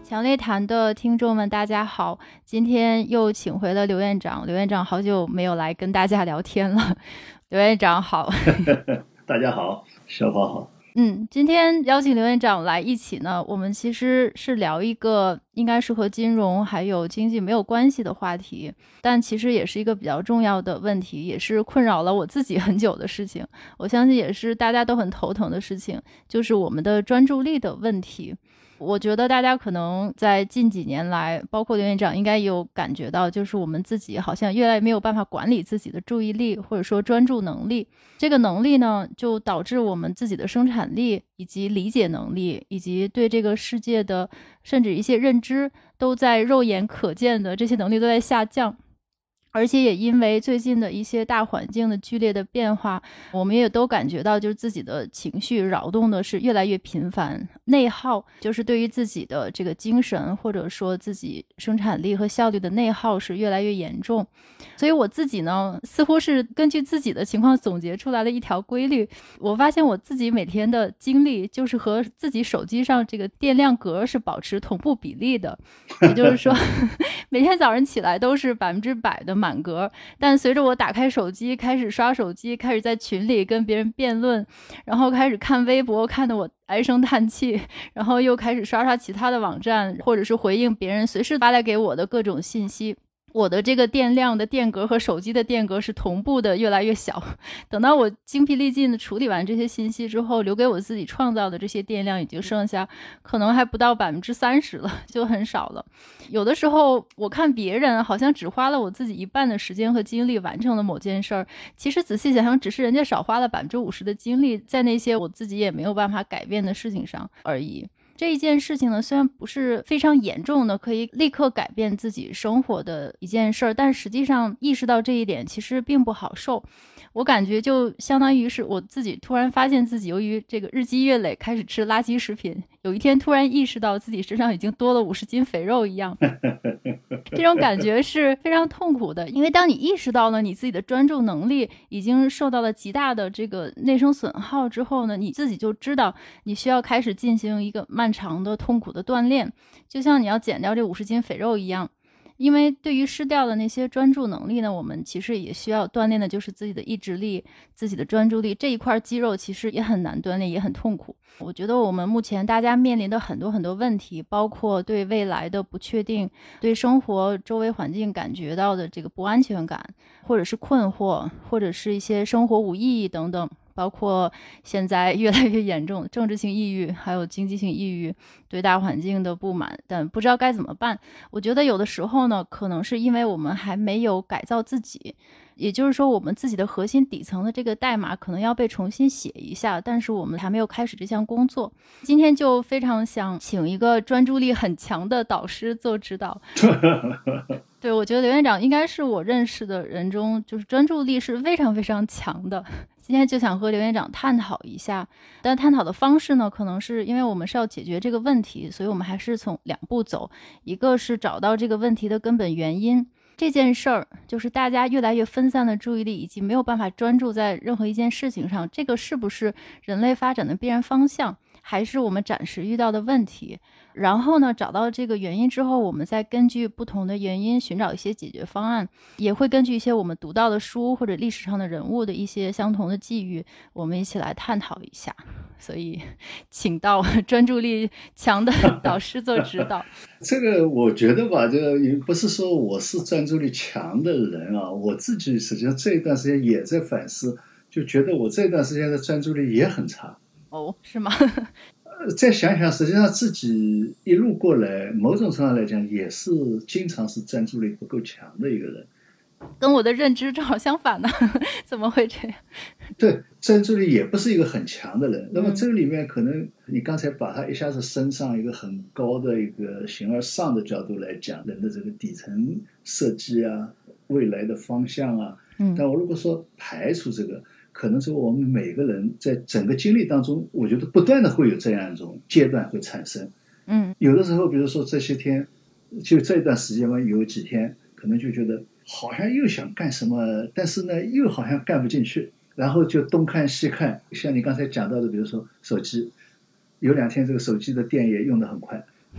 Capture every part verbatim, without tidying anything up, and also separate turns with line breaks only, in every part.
强烈谈的听众们大家好，今天又请回了刘院长，刘院长好久没有来跟大家聊天了。刘院长好。
大家好，小宝好。
嗯，今天邀请刘院长来一起呢，我们其实是聊一个应该是和金融还有经济没有关系的话题，但其实也是一个比较重要的问题，也是困扰了我自己很久的事情，我相信也是大家都很头疼的事情，就是我们的专注力的问题。我觉得大家可能在近几年来，包括刘院长应该也有感觉到，就是我们自己好像越来越没有办法管理自己的注意力，或者说专注能力。这个能力呢，就导致我们自己的生产力以及理解能力，以及对这个世界的甚至一些认知，都在肉眼可见的这些能力都在下降。而且也因为最近的一些大环境的剧烈的变化，我们也都感觉到就是自己的情绪扰动的是越来越频繁，内耗就是对于自己的这个精神或者说自己生产力和效率的内耗是越来越严重。所以我自己呢，似乎是根据自己的情况总结出来了一条规律，我发现我自己每天的精力就是和自己手机上这个电量格是保持同步比例的，也就是说每天早上起来都是百分之百的满格，但随着我打开手机开始刷手机，开始在群里跟别人辩论，然后开始看微博，看得我唉声叹气，然后又开始刷刷其他的网站，或者是回应别人随时发来给我的各种信息，我的这个电量的电格和手机的电格是同步的越来越小。等到我精疲力尽的处理完这些信息之后，留给我自己创造的这些电量已经剩下可能还不到百分之三十了，就很少了。有的时候我看别人好像只花了我自己一半的时间和精力完成了某件事儿，其实仔细想想只是人家少花了百分之五十的精力在那些我自己也没有办法改变的事情上而已。这一件事情呢，虽然不是非常严重的可以立刻改变自己生活的一件事儿，但实际上意识到这一点其实并不好受。我感觉就相当于是我自己突然发现自己由于这个日积月累开始吃垃圾食品，有一天突然意识到自己身上已经多了五十斤肥肉一样。这种感觉是非常痛苦的，因为当你意识到了你自己的专注能力已经受到了极大的这个内生损耗之后呢，你自己就知道你需要开始进行一个漫长的痛苦的锻炼，就像你要减掉这五十斤肥肉一样。因为对于失掉的那些专注能力呢，我们其实也需要锻炼的就是自己的意志力，自己的专注力，这一块肌肉其实也很难锻炼，也很痛苦。我觉得我们目前大家面临的很多很多问题，包括对未来的不确定，对生活周围环境感觉到的这个不安全感，或者是困惑，或者是一些生活无意义等等，包括现在越来越严重政治性抑郁，还有经济性抑郁，对大环境的不满，但不知道该怎么办。我觉得有的时候呢，可能是因为我们还没有改造自己，也就是说我们自己的核心底层的这个代码可能要被重新写一下，但是我们还没有开始这项工作。今天就非常想请一个专注力很强的导师做指导。对，我觉得刘院长应该是我认识的人中就是专注力是非常非常强的。今天就想和刘院长探讨一下，但探讨的方式呢，可能是因为我们是要解决这个问题，所以我们还是从两步走。一个是找到这个问题的根本原因，这件事儿就是大家越来越分散的注意力以及没有办法专注在任何一件事情上，这个是不是人类发展的必然方向，还是我们暂时遇到的问题？然后呢，找到这个原因之后，我们再根据不同的原因寻找一些解决方案，也会根据一些我们读到的书或者历史上的人物的一些相同的际遇，我们一起来探讨一下。所以请到专注力强的导师做指导。
这个我觉得吧，这个也不是说我是专注力强的人啊，我自己实际上这一段时间也在反思，就觉得我这段时间的专注力也很差。
哦，是吗？
再想想，实际上自己一路过来，某种程度上来讲，也是经常是专注力不够强的一个人。
跟我的认知正好相反呢，怎么会这样？
对，专注力也不是一个很强的人。那么这里面可能你刚才把它一下子升上一个很高的一个形而上的角度来讲，人的这个底层设计啊，未来的方向啊。
嗯，
但我如果说排除这个，可能是我们每个人在整个经历当中，我觉得不断的会有这样一种阶段会产生。
嗯，
有的时候，比如说这些天，就这段时间嘛，有几天可能就觉得好像又想干什么，但是呢又好像干不进去，然后就东看西看。像你刚才讲到的，比如说手机，有两天这个手机的电也用得很快，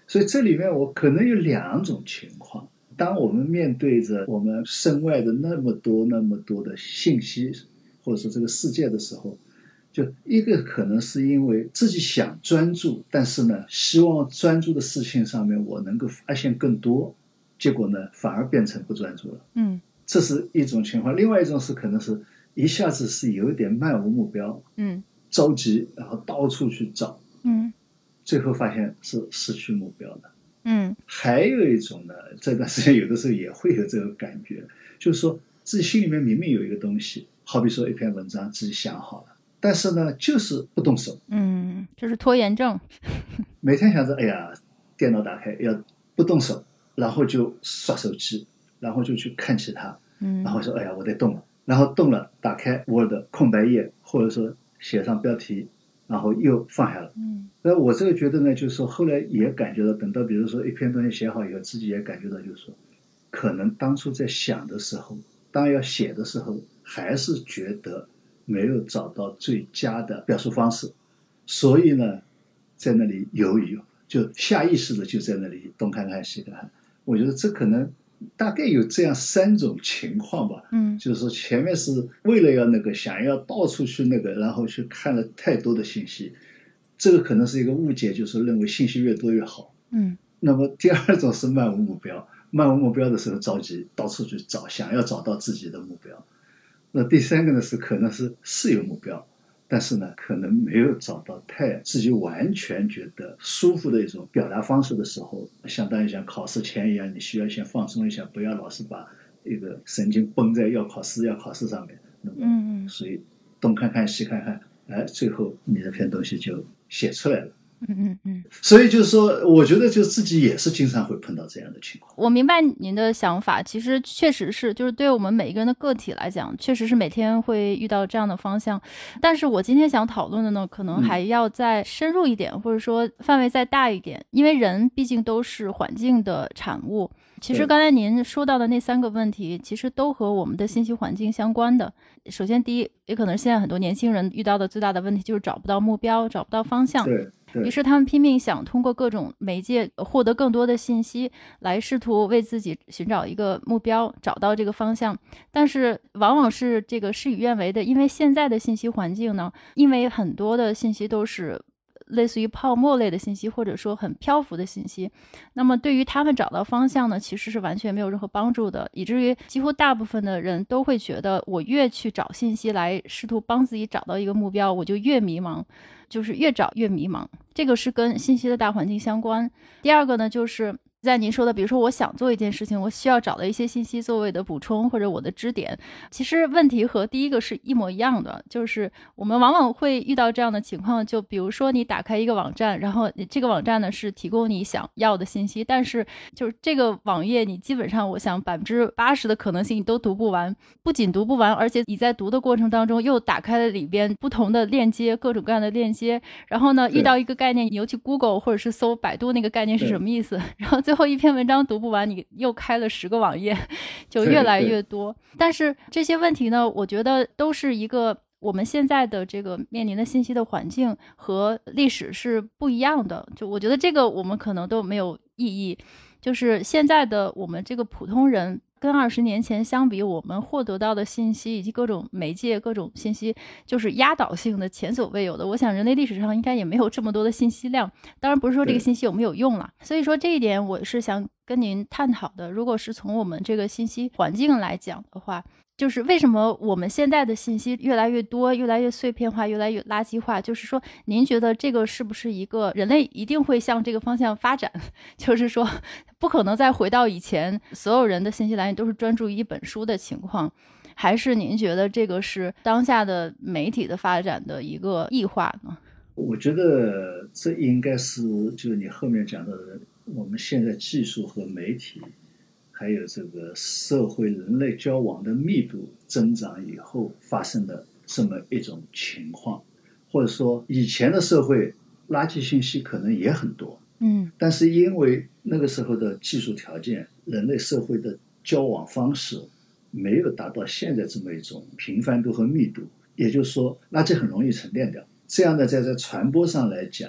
所以这里面我可能有两种情况。当我们面对着我们身外的那么多那么多的信息，或者说这个世界的时候，就一个可能是因为自己想专注，但是呢希望专注的事情上面我能够发现更多，结果呢反而变成不专注了。
嗯，
这是一种情况。另外一种是可能是一下子是有点漫无目标，
嗯，
着急，然后到处去找，
嗯，
最后发现是失去目标的。
嗯，
还有一种呢，这段时间有的时候也会有这个感觉，就是说自己心里面明明有一个东西，好比说一篇文章自己想好了，但是呢就是不动手。
嗯，就是拖延症。
每天想着哎呀电脑打开要不动手，然后就刷手机，然后就去看其他，
嗯，
然后说哎呀我得动了，然后动了打开 Word 空白页，或者说写上标题，然后又放下了。
嗯，
那我这个觉得呢，就是说后来也感觉到，等到比如说一篇东西写好以后，自己也感觉到，就是说可能当初在想的时候，当要写的时候，还是觉得没有找到最佳的表述方式，所以呢在那里犹豫，就下意识的就在那里东看看西看看。我觉得这可能大概有这样三种情况吧。
嗯，
就是说前面是为了要那个想要到处去那个，然后去看了太多的信息，这个可能是一个误解，就是认为信息越多越好。
嗯，
那么第二种是漫无目标，漫无目标的时候着急，到处去找，想要找到自己的目标。那第三个呢是可能是是有目标，但是呢可能没有找到太自己完全觉得舒服的一种表达方式的时候，相当于像考试前一样，你需要先放松一下，不要老是把一个神经绷在要考试要考试上面。那么所以东看看西看看，哎，最后你这篇东西就写出来了。
嗯嗯嗯，
所以就是说，我觉得就自己也是经常会碰到这样的情况。
我明白您的想法，其实确实是，就是对我们每一个人的个体来讲，确实是每天会遇到这样的方向。但是我今天想讨论的呢，可能还要再深入一点，嗯、或者说范围再大一点，因为人毕竟都是环境的产物。其实刚才您说到的那三个问题，其实都和我们的信息环境相关的。首先，第一，也可能现在很多年轻人遇到的最大的问题就是找不到目标，找不到方向。
对。
于是他们拼命想通过各种媒介获得更多的信息，来试图为自己寻找一个目标，找到这个方向。但是往往是这个事与愿违的，因为现在的信息环境呢，因为很多的信息都是类似于泡沫类的信息，或者说很漂浮的信息，那么对于他们找到方向呢，其实是完全没有任何帮助的，以至于几乎大部分的人都会觉得，我越去找信息来试图帮自己找到一个目标，我就越迷茫，就是越找越迷茫。这个是跟信息的大环境相关。第二个呢，就是在您说的，比如说我想做一件事情，我需要找到一些信息作为的补充或者我的支点，其实问题和第一个是一模一样的，就是我们往往会遇到这样的情况，就比如说你打开一个网站，然后这个网站呢是提供你想要的信息，但是就是这个网页你基本上我想百分之八十的可能性你都读不完，不仅读不完，而且你在读的过程当中又打开了里边不同的链接，各种各样的链接，然后呢遇到一个概念你又去 Google 或者是搜百度那个概念是什么意思，然后最后一篇文章读不完，你又开了十个网页，就越来越多。但是这些问题呢，我觉得都是一个我们现在的这个面临的信息的环境和历史是不一样的，就我觉得这个我们可能都没有意义。就是现在的我们这个普通人跟二十年前相比，我们获得到的信息以及各种媒介各种信息就是压倒性的前所未有的，我想人类历史上应该也没有这么多的信息量，当然不是说这个信息有没有用了，所以说这一点我是想跟您探讨的。如果是从我们这个信息环境来讲的话，就是为什么我们现在的信息越来越多，越来越碎片化，越来越垃圾化，就是说您觉得这个是不是一个人类一定会向这个方向发展，就是说不可能再回到以前所有人的信息来源都是专注于一本书的情况，还是您觉得这个是当下的媒体的发展的一个异化呢？
我觉得这应该是就是你后面讲到的，我们现在技术和媒体还有这个社会人类交往的密度增长以后发生的这么一种情况，或者说以前的社会垃圾信息可能也很多，
嗯，
但是因为那个时候的技术条件，人类社会的交往方式没有达到现在这么一种频繁度和密度，也就是说垃圾很容易沉淀掉，这样的在在传播上来讲，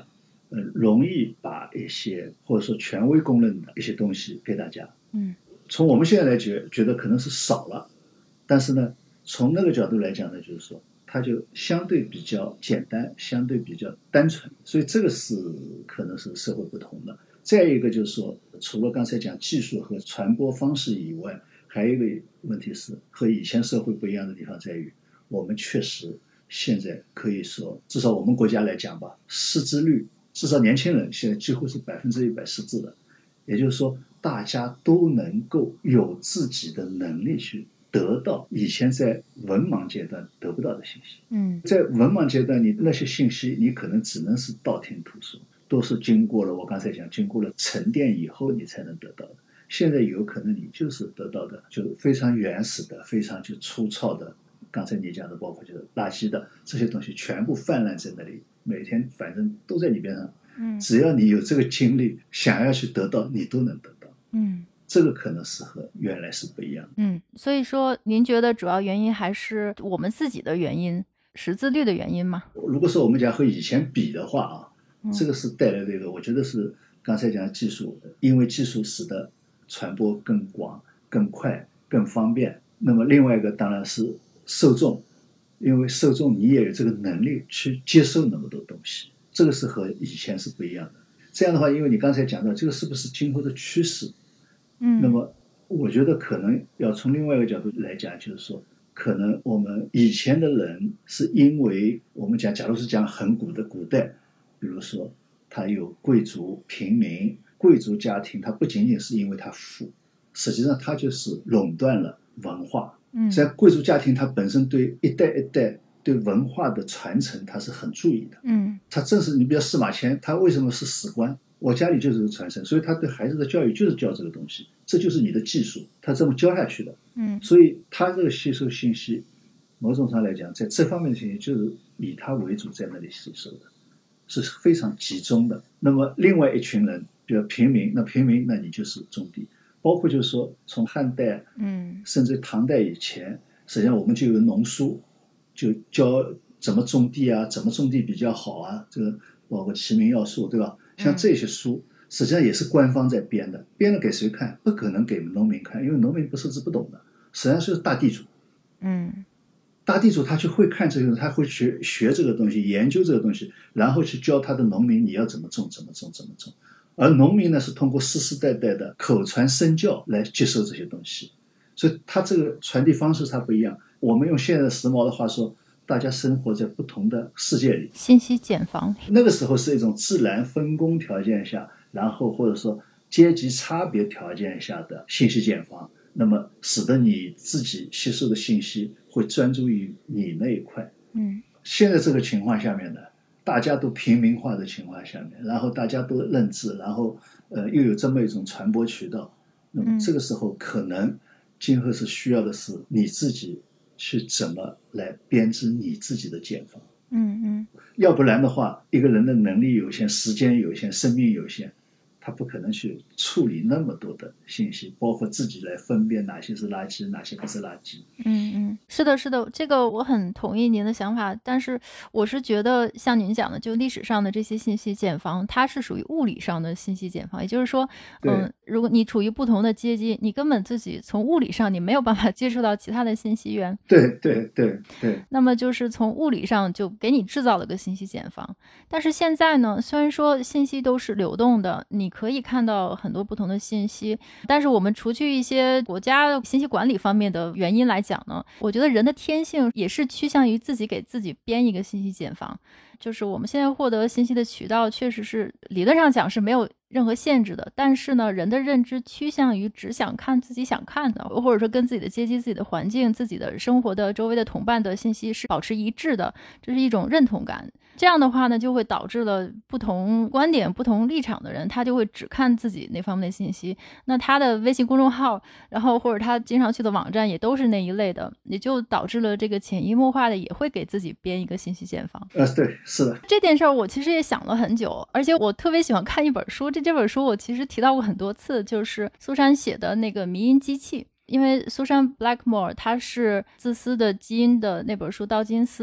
呃，容易把一些或者说权威公认的一些东西给大家。
嗯，
从我们现在来觉觉得可能是少了，但是呢，从那个角度来讲呢，就是说它就相对比较简单，相对比较单纯，所以这个是可能是社会不同的。再一个就是说，除了刚才讲技术和传播方式以外，还有一个问题是和以前社会不一样的地方在于，我们确实现在可以说，至少我们国家来讲吧，识字率至少年轻人现在几乎是百分之一百识字的，也就是说大家都能够有自己的能力去得到以前在文盲阶段得不到的信息。
嗯，
在文盲阶段，你那些信息你可能只能是道听途说，都是经过了我刚才讲经过了沉淀以后你才能得到的。现在有可能你就是得到的就非常原始的，非常就粗糙的，刚才你讲的包括就是垃圾的这些东西全部泛滥在那里，每天反正都在你边上，
嗯，
只要你有这个精力想要去得到，你都能得到。
嗯，
这个可能是和原来是不一样的。
嗯，所以说您觉得主要原因还是我们自己的原因，识字率的原因吗？
如果说我们讲和以前比的话啊，
嗯，
这个是带来的一个，我觉得是刚才讲的技术，因为技术使得传播更广、更快、更方便。那么另外一个当然是受众，因为受众你也有这个能力去接受那么多东西，这个是和以前是不一样的。这样的话，因为你刚才讲到这个是不是今后的趋势，
嗯，
那么我觉得可能要从另外一个角度来讲，就是说可能我们以前的人是因为我们讲假如是讲很古的古代，比如说他有贵族平民，贵族家庭它不仅仅是因为它富，实际上它就是垄断了文化。
嗯，
在贵族家庭它本身对一代一代对文化的传承它是很注意的。
嗯，
他正是你比如司马迁，他为什么是史官？我家里就是传承，所以他对孩子的教育就是教这个东西，这就是你的技术，他这么教下去的。
嗯，
所以他这个吸收信息，某种上来讲，在这方面的信息就是以他为主在那里吸收的，是非常集中的。那么另外一群人，比如平民，那平民那你就是种地，包括就是说从汉代，
嗯，
甚至唐代以前，实际上我们就有农书，就教怎么种地啊，怎么种地比较好啊，这个包括齐民要术，对吧？像这些书，实际上也是官方在编的，编了给谁看？不可能给农民看，因为农民不识字不懂的，实际上是大地主。
嗯，
大地主他就会看这个，他会学学这个东西，研究这个东西，然后去教他的农民你要怎么种，怎么种，怎么种。而农民呢，是通过世世代代的口传身教来接受这些东西，所以他这个传递方式它不一样。我们用现在时髦的话说，大家生活在不同的世界里，
信息茧房。
那个时候是一种自然分工条件下，然后或者说阶级差别条件下的信息茧房，那么使得你自己吸收的信息会专注于你那一块。
嗯，
现在这个情况下面呢，大家都平民化的情况下面，然后大家都认字，然后呃又有这么一种传播渠道，那么这个时候可能今后是需要的是你自己去怎么来编织你自己的茧房。
嗯嗯，
要不然的话，一个人的能力有限，时间有限，生命有限，他不可能去处理那么多的信息，包括自己来分辨哪些是垃圾，哪些不是垃圾。
嗯嗯，是的，是的，这个我很同意您的想法，但是我是觉得像您讲的，就历史上的这些信息茧房，它是属于物理上的信息茧房，也就是说，嗯，如果你处于不同的阶级，你根本自己从物理上你没有办法接触到其他的信息源。
对对对对。
那么就是从物理上就给你制造了个信息茧房。但是现在呢，虽然说信息都是流动的，你可以看到很多不同的信息，但是我们除去一些国家信息管理方面的原因来讲呢，我觉得人的天性也是趋向于自己给自己编一个信息茧房。就是我们现在获得信息的渠道确实是理论上讲是没有任何限制的，但是呢，人的认知趋向于只想看自己想看的，或者说跟自己的阶级、自己的环境、自己的生活的周围的同伴的信息是保持一致的，这是一种认同感。这样的话呢，就会导致了不同观点、不同立场的人，他就会只看自己那方面的信息。那他的微信公众号，然后或者他经常去的网站也都是那一类的，也就导致了这个潜移默化的也会给自己编一个信息茧房。
呃，对，是的。
这件事儿我其实也想了很久，而且我特别喜欢看一本书，这这本书我其实提到过很多次，就是苏珊写的那个《迷因机器》。因为苏珊 Blackmore 她是自私的基因的那本书《道金斯》，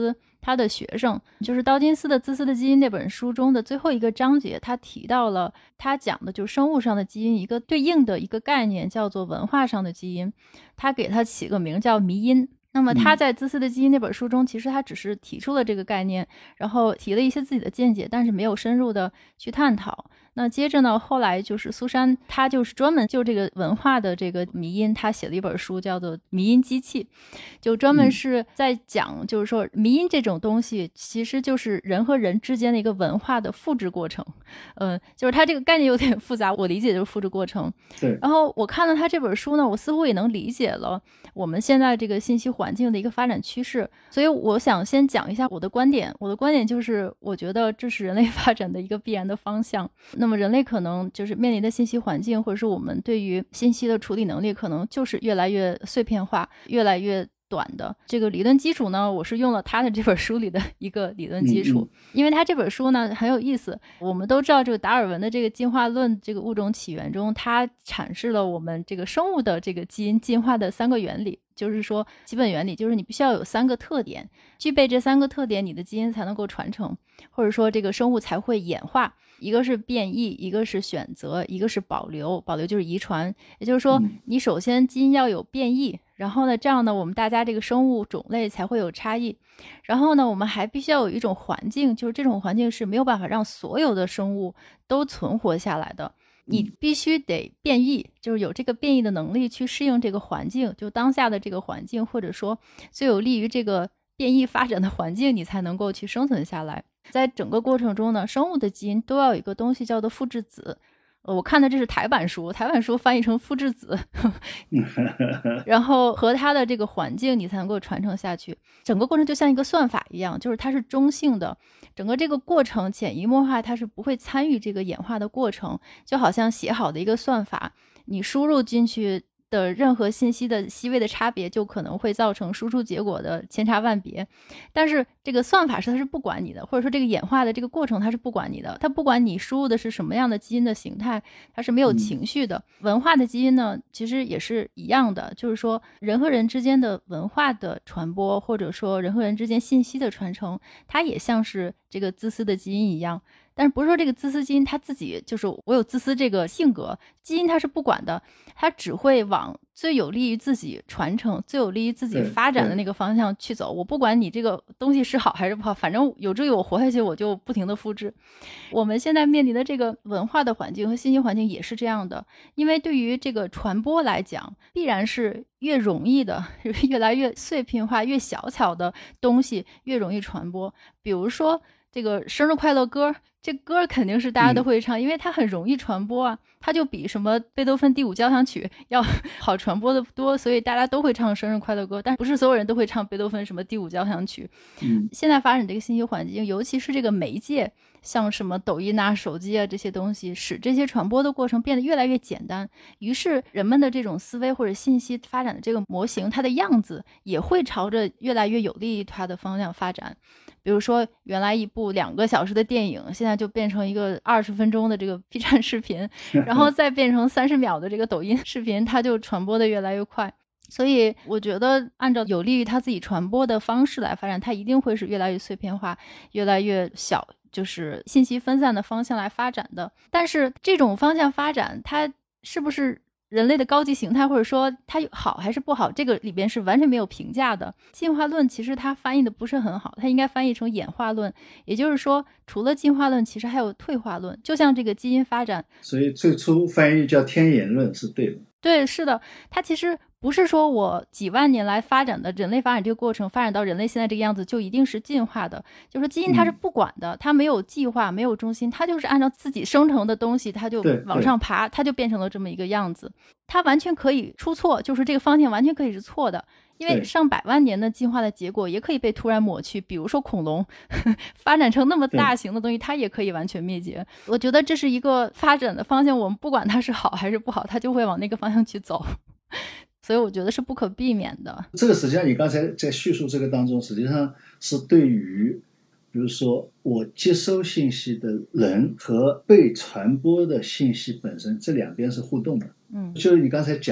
他的学生，就是道金斯的《自私的基因》那本书中的最后一个章节，他提到了他讲的就是生物上的基因一个对应的一个概念，叫做文化上的基因，他给他起个名叫迷因。那么他在《自私的基因》那本书中，其实他只是提出了这个概念，然后提了一些自己的见解，但是没有深入的去探讨。那接着呢，后来就是苏珊，她就是专门就这个文化的这个迷因，她写了一本书叫做《迷因机器》，就专门是在讲，就是说迷因这种东西其实就是人和人之间的一个文化的复制过程。嗯、呃，就是它这个概念有点复杂，我理解就是复制过程。
对。
然后我看了他这本书呢，我似乎也能理解了我们现在这个信息环境的一个发展趋势，所以我想先讲一下我的观点。我的观点就是，我觉得这是人类发展的一个必然的方向。那么人类可能就是面临的信息环境，或者是我们对于信息的处理能力，可能就是越来越碎片化，越来越短的。这个理论基础呢，我是用了他的这本书里的一个理论基础。嗯嗯，因为他这本书呢很有意思。我们都知道这个达尔文的这个进化论，这个物种起源中，他阐释了我们这个生物的这个基因进化的三个原理，就是说基本原理就是你必须要有三个特点，具备这三个特点，你的基因才能够传承，或者说这个生物才会演化。一个是变异，一个是选择，一个是保留。保留就是遗传，也就是说你首先基因要有变异，然后呢这样呢我们大家这个生物种类才会有差异。然后呢我们还必须要有一种环境，就是这种环境是没有办法让所有的生物都存活下来的，你必须得变异，就是有这个变异的能力去适应这个环境，就当下的这个环境，或者说最有利于这个变异发展的环境，你才能够去生存下来。在整个过程中呢，生物的基因都要有一个东西叫做复制子。呃、我看的这是台版书，台版书翻译成复制子然后和它的这个环境你才能够传承下去。整个过程就像一个算法一样，就是它是中性的，整个这个过程潜移默化它是不会参与这个演化的过程，就好像写好的一个算法，你输入进去的任何信息的细微的差别就可能会造成输出结果的千差万别，但是这个算法是它是不管你的，或者说这个演化的这个过程它是不管你的，它不管你输入的是什么样的基因的形态，它是没有情绪的。嗯、文化的基因呢其实也是一样的，就是说人和人之间的文化的传播，或者说人和人之间信息的传承，它也像是这个自私的基因一样。但是不是说这个自私基因它自己就是我有自私这个性格，基因它是不管的，它只会往最有利于自己传承、最有利于自己发展的那个方向去走。我不管你这个东西是好还是不好，反正有助于我活下去，我就不停的复制。我们现在面临的这个文化的环境和信息环境也是这样的，因为对于这个传播来讲，必然是越容易的、越来越碎片化、越小巧的东西越容易传播。比如说这个生日快乐歌，这歌肯定是大家都会唱、嗯、因为它很容易传播啊，它就比什么贝多芬第五交响曲要好传播的多，所以大家都会唱生日快乐歌，但不是所有人都会唱贝多芬什么第五交响曲。嗯，现在发展这个信息环境，尤其是这个媒介，像什么抖音啊、手机啊这些东西，使这些传播的过程变得越来越简单，于是人们的这种思维或者信息发展的这个模型，它的样子也会朝着越来越有利于它的方向发展。比如说原来一部两个小时的电影，现在就变成一个二十分钟的这个 B 站视频，然后再变成三十秒的这个抖音视频，它就传播的越来越快。所以我觉得按照有利于它自己传播的方式来发展，它一定会是越来越碎片化、越来越小，就是信息分散的方向来发展的。但是这种方向发展，它是不是人类的高级形态，或者说它好还是不好，这个里边是完全没有评价的。进化论其实它翻译的不是很好，它应该翻译成演化论，也就是说除了进化论其实还有退化论，就像这个基因发展，
所以最初翻译叫天演论是对的。
对，是的，它其实不是说我几万年来发展的人类发展这个过程发展到人类现在这个样子就一定是进化的，就是基因它是不管的、嗯、它没有计划，没有中心，它就是按照自己生成的东西它就往上爬，它就变成了这么一个样子。它完全可以出错，就是这个方向完全可以是错的，因为上百万年的进化的结果也可以被突然抹去，比如说恐龙呵呵发展成那么大型的东西，它也可以完全灭绝。我觉得这是一个发展的方向，我们不管它是好还是不好，它就会往那个方向去走，所以我觉得是不可避免的。
这个实际上你刚才在叙述这个当中，实际上是对于比如说我接收信息的人和被传播的信息本身这两边是互动的。嗯，就是你刚才讲的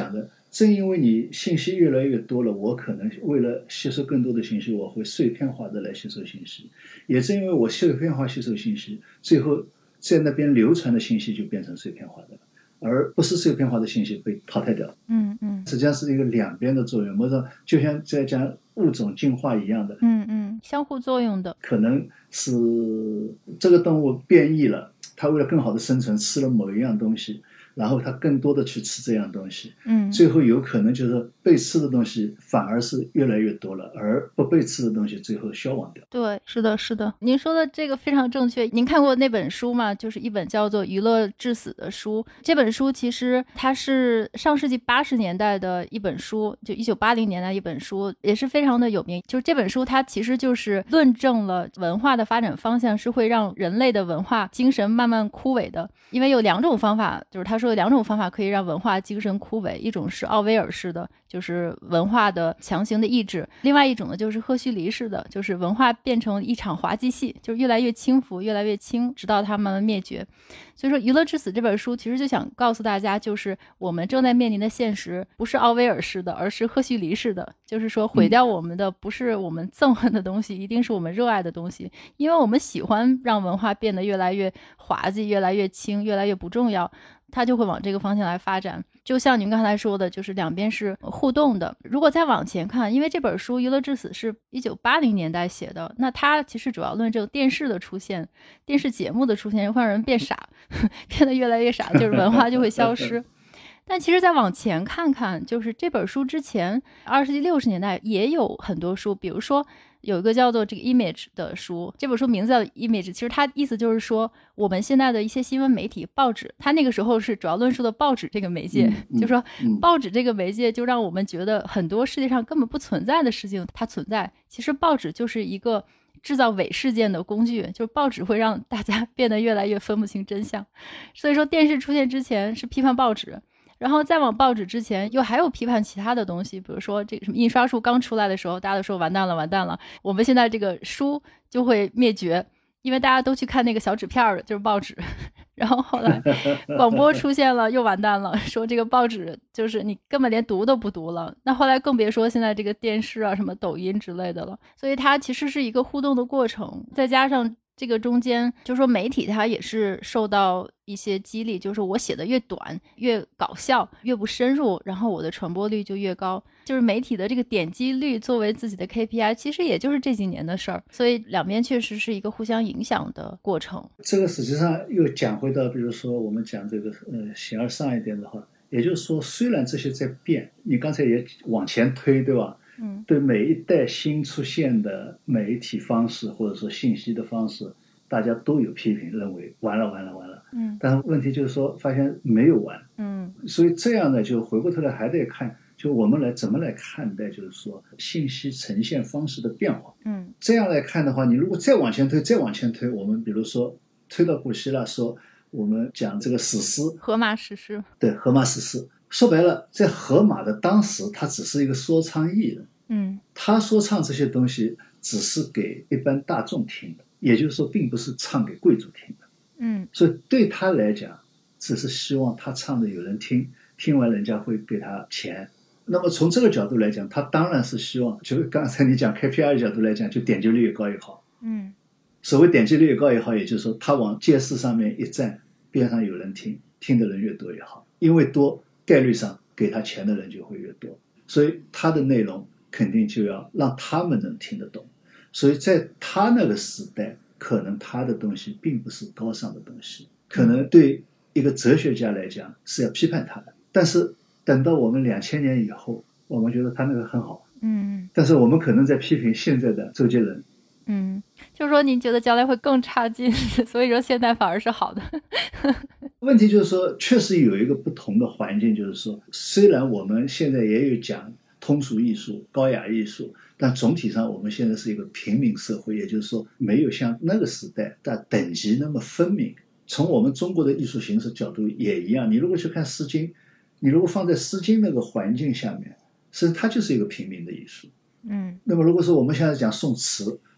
正因为你信息越来越多了，我可能为了吸收更多的信息，我会碎片化的来吸收信息。也正因为我碎片化吸收信息，最后在那边流传的信息就变成碎片化的了，而不是碎片化的信息被淘汰掉。
嗯嗯，
实际上是一个两边的作用，某种就像在讲物种进化一样的。
嗯嗯，相互作用的。
可能是这个动物变异了，它为了更好的生存，吃了某一样东西，然后它更多的去吃这样东西，
嗯，
最后有可能就是被吃的东西反而是越来越多了，而不被吃的东西最后消亡掉。
对，是的，是的，您说的这个非常正确。您看过那本书吗？就是一本叫做《娱乐至死》的书。这本书其实它是上世纪八十年代的一本书，就一九八零年代一本书，也是非常的有名。就是这本书它其实就是论证了文化的发展方向是会让人类的文化精神慢慢枯萎的。因为有两种方法，就是他说有两种方法可以让文化精神枯萎，一种是奥威尔式的，就是文化的强行的抑制；另外一种呢就是赫胥黎式的，就是文化变成一场滑稽戏，就是越来越轻浮，越来越轻，直到它慢慢灭绝。所以说《娱乐至死》这本书其实就想告诉大家，就是我们正在面临的现实不是奥威尔式的，而是赫胥黎式的，就是说毁掉我们的不是我们憎恨的东西，一定是我们热爱的东西，因为我们喜欢让文化变得越来越滑稽，越来越轻，越来越不重要，它就会往这个方向来发展。就像您刚才说的，就是两边是互动的。如果再往前看，因为这本书《娱乐至死》是一九八零年代写的，那它其实主要论证电视的出现，电视节目的出现会让人变傻，变得越来越傻，就是文化就会消失。但其实再往前看看，就是这本书之前二十世纪六十年代也有很多书，比如说有一个叫做这个 Image 的书，这本书名字叫 Image， 其实它意思就是说我们现在的一些新闻媒体报纸，它那个时候是主要论述的报纸这个媒介、嗯嗯、就说报纸这个媒介就让我们觉得很多世界上根本不存在的事情它存在，其实报纸就是一个制造伪事件的工具，就是报纸会让大家变得越来越分不清真相。所以说电视出现之前是批判报纸，然后再往报纸之前又还有批判其他的东西，比如说这个什么印刷术刚出来的时候，大家都说完蛋了完蛋了，我们现在这个书就会灭绝，因为大家都去看那个小纸片的，就是报纸。然后后来广播出现了又完蛋了，说这个报纸就是你根本连读都不读了，那后来更别说现在这个电视啊什么抖音之类的了。所以它其实是一个互动的过程，再加上这个中间就是说媒体它也是受到一些激励，就是我写的越短越搞笑越不深入，然后我的传播率就越高，就是媒体的这个点击率作为自己的 K P I 其实也就是这几年的事儿，所以两边确实是一个互相影响的过程。
这个实际上又讲回到比如说我们讲这个呃形而上一点的话，也就是说虽然这些在变，你刚才也往前推对吧，
嗯，
对每一代新出现的媒体方式或者说信息的方式，大家都有批评，认为完了完了完了，
嗯，
但是问题就是说发现没有完，
嗯，
所以这样呢就回过头来还得看，就我们来怎么来看待就是说信息呈现方式的变化。
嗯，
这样来看的话，你如果再往前推再往前推，我们比如说推到古希腊，说我们讲这个史诗
荷马史诗，
对，荷马史诗，说白了在荷马的当时他只是一个说唱艺人，
嗯，
他说唱这些东西只是给一般大众听的，也就是说并不是唱给贵族听的，
嗯，
所以对他来讲只是希望他唱的有人听，听完人家会给他钱。那么从这个角度来讲，他当然是希望，就是刚才你讲 K P I 的角度来讲，就点击率越高越好。
嗯，
所谓点击率越高越好，也就是说他往街市上面一站，边上有人听，听的人越多越好，因为多概率上给他钱的人就会越多，所以他的内容肯定就要让他们能听得懂。所以在他那个时代，可能他的东西并不是高尚的东西，可能对一个哲学家来讲是要批判他的，但是等到我们两千年以后，我们觉得他那个很好，
嗯，
但是我们可能在批评现在的周杰伦，
嗯，就是说您觉得将来会更差劲，所以说现在反而是好的。
问题就是说确实有一个不同的环境，就是说虽然我们现在也有讲通俗艺术高雅艺术，但总体上我们现在是一个平民社会，也就是说没有像那个时代的等级那么分明。从我们中国的艺术形式角度也一样，你如果去看诗经，你如果放在诗经那个环境下面，实际上它就是一个平民的艺术。
嗯，
那么如果说我们现在讲宋词，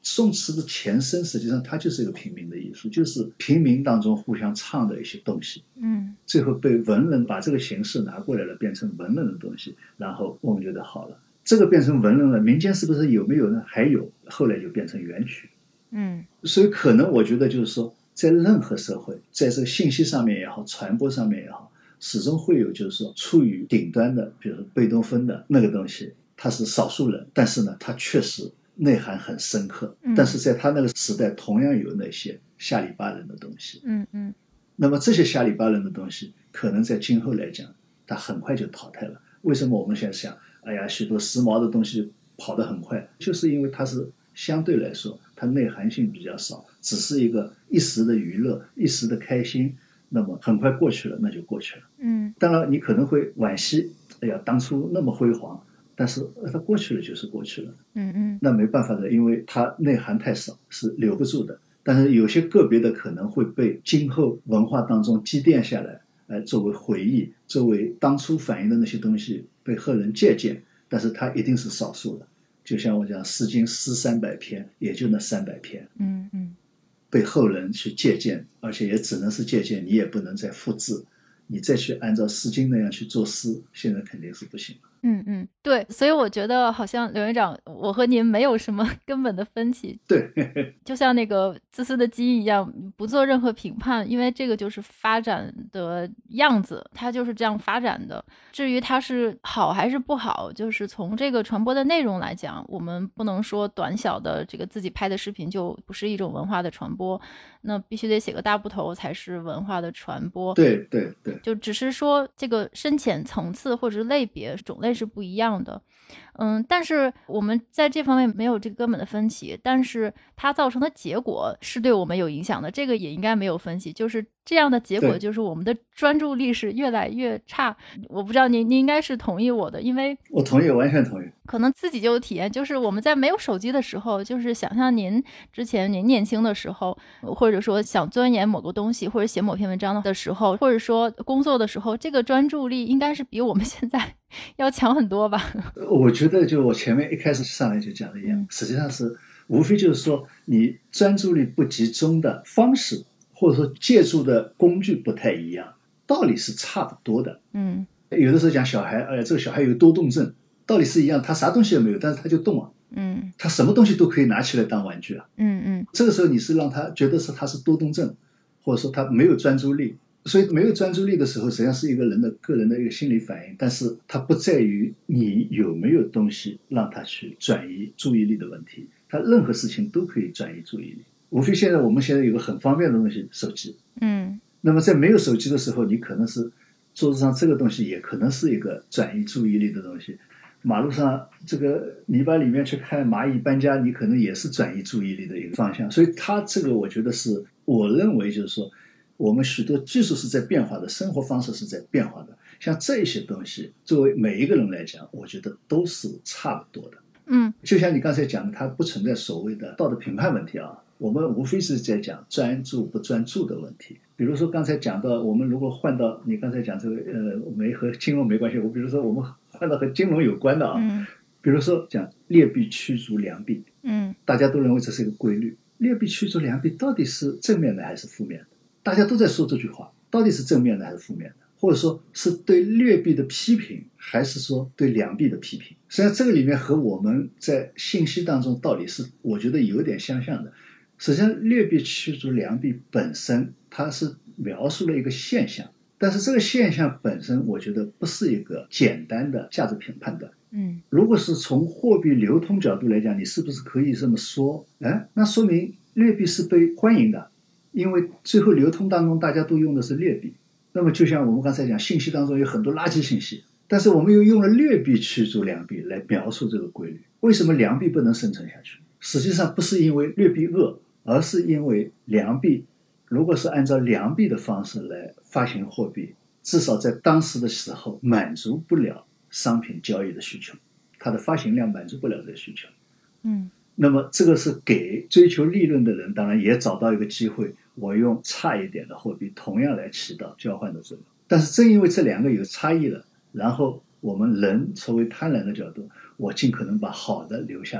宋词的前身实际上它就是一个平民的艺术，就是平民当中互相唱的一些东西，
嗯，
最后被文人把这个形式拿过来了，变成文人的东西，然后我们觉得好了。这个变成文人了，民间是不是有没有呢？还有，后来就变成元曲。
嗯，
所以可能我觉得就是说，在任何社会，在这个信息上面也好，传播上面也好，始终会有就是说处于顶端的，比如说贝多芬的那个东西，他是少数人，但是呢，他确实内涵很深刻。
嗯，
但是在他那个时代，同样有那些下里巴人的东西。
嗯嗯。
那么这些下里巴人的东西，可能在今后来讲，它很快就淘汰了。为什么我们现在想，哎呀，许多时髦的东西跑得很快，就是因为它是相对来说它内涵性比较少，只是一个一时的娱乐，一时的开心，那么很快过去了，那就过去了。
嗯，
当然你可能会惋惜，哎呀，当初那么辉煌，但是它过去了就是过去了。
嗯嗯，
那没办法的，因为它内涵太少，是留不住的。但是有些个别的可能会被今后文化当中积淀下来，呃，作为回忆，作为当初反映的那些东西被后人借鉴，但是它一定是少数的。就像我讲，《诗经》诗三百篇，也就那三百篇，
嗯嗯，
被后人去借鉴，而且也只能是借鉴，你也不能再复制，你再去按照《诗经》那样去做诗，现在肯定是不行了。
嗯嗯，对，所以我觉得好像刘院长，我和您没有什么根本的分歧。
对，
就像那个自私的鸡一样，不做任何评判，因为这个就是发展的样子，它就是这样发展的。至于它是好还是不好，就是从这个传播的内容来讲，我们不能说短小的这个自己拍的视频就不是一种文化的传播，那必须得写个大部头才是文化的传播。
对对对，
就只是说这个深浅层次或者类别种类是不一样的。嗯，但是我们在这方面没有这个根本的分歧，但是它造成的结果是对我们有影响的，这个也应该没有分歧。就是这样的结果，就是我们的专注力是越来越差。我不知道您您应该是同意我的，因为
我同意，完全同意。
可能自己就有体验，就是我们在没有手机的时候，就是想象您之前您年轻的时候，或者说想钻研某个东西，或者写某篇文章的时候，或者说工作的时候，这个专注力应该是比我们现在要强很多吧。
我觉得就我前面一开始上来就讲的一样，
嗯、
实际上是无非就是说你专注力不集中的方式，或者说借助的工具不太一样，道理是差不多的。
嗯，
有的时候讲小孩，呃，这个小孩有多动症，道理是一样，他啥东西也没有，但是他就动啊。
嗯，
他什么东西都可以拿起来当玩具啊。
嗯嗯，
这个时候你是让他觉得是他是多动症，或者说他没有专注力。所以没有专注力的时候，实际上是一个人的个人的一个心理反应，但是它不在于你有没有东西让他去转移注意力的问题。他任何事情都可以转移注意力，无非现在我们现在有个很方便的东西，手机。
嗯，
那么在没有手机的时候，你可能是桌子上这个东西也可能是一个转移注意力的东西。马路上这个泥巴里面去看蚂蚁搬家，你可能也是转移注意力的一个方向。所以它这个我觉得是，我认为就是说，我们许多技术是在变化的，生活方式是在变化的。像这一些东西，作为每一个人来讲，我觉得都是差不多的。
嗯，
就像你刚才讲的，它不存在所谓的道德评判问题啊，我们无非是在讲专注不专注的问题。比如说刚才讲到，我们如果换到你刚才讲这个呃，没和金融没关系，我比如说我们换到和金融有关的啊，
嗯，
比如说讲劣币驱逐良币，
嗯，
大家都认为这是一个规律。劣币驱逐良币到底是正面的还是负面的？大家都在说这句话，到底是正面的还是负面的？或者说是对劣币的批评，还是说对良币的批评？实际上这个里面和我们在信息当中道理是我觉得有点相像的。实际上劣币驱逐良币本身它是描述了一个现象，但是这个现象本身我觉得不是一个简单的价值评判断。
嗯，
如果是从货币流通角度来讲，你是不是可以这么说？哎，那说明劣币是被欢迎的，因为最后流通当中大家都用的是劣币。那么就像我们刚才讲，信息当中有很多垃圾信息，但是我们又用了劣币驱逐良币来描述这个规律。为什么良币不能生存下去？实际上不是因为劣币恶，而是因为良币如果是按照良币的方式来发行货币，至少在当时的时候满足不了商品交易的需求，它的发行量满足不了这个需求。
嗯，
那么这个是给追求利润的人当然也找到一个机会，我用差一点的货币同样来起到交换的作用。但是正因为这两个有差异了，然后我们人作为贪婪的角度，我尽可能把好的留下来，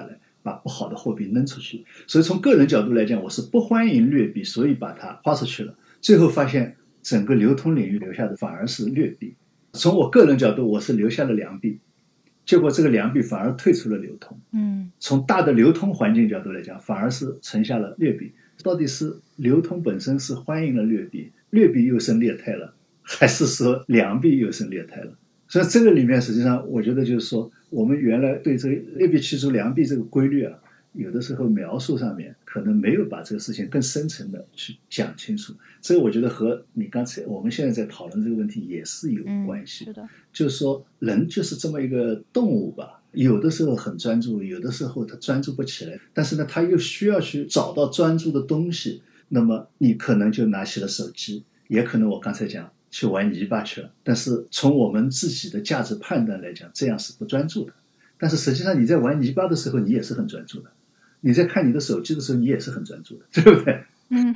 把不好的货币扔出去。所以从个人角度来讲，我是不欢迎劣币，所以把它花出去了。最后发现整个流通领域留下的反而是劣币。从我个人角度，我是留下了良币，结果这个良币反而退出了流通。
嗯，
从大的流通环境角度来讲，反而是存下了劣币。到底是流通本身是欢迎了劣币，劣币又生劣汰了，还是说良币又生劣汰了？所以这个里面实际上我觉得就是说，我们原来对这个劣币驱逐良币这个规律啊，有的时候描述上面可能没有把这个事情更深层的去讲清楚。这个我觉得和你刚才我们现在在讨论这个问题也是有关系。
嗯，是的，
就是说人就是这么一个动物吧，有的时候很专注，有的时候他专注不起来，但是呢他又需要去找到专注的东西，那么你可能就拿起了手机，也可能我刚才讲去玩泥巴去了。但是从我们自己的价值判断来讲，这样是不专注的。但是实际上你在玩泥巴的时候你也是很专注的，你在看你的手机的时候你也是很专注的，对不对？
嗯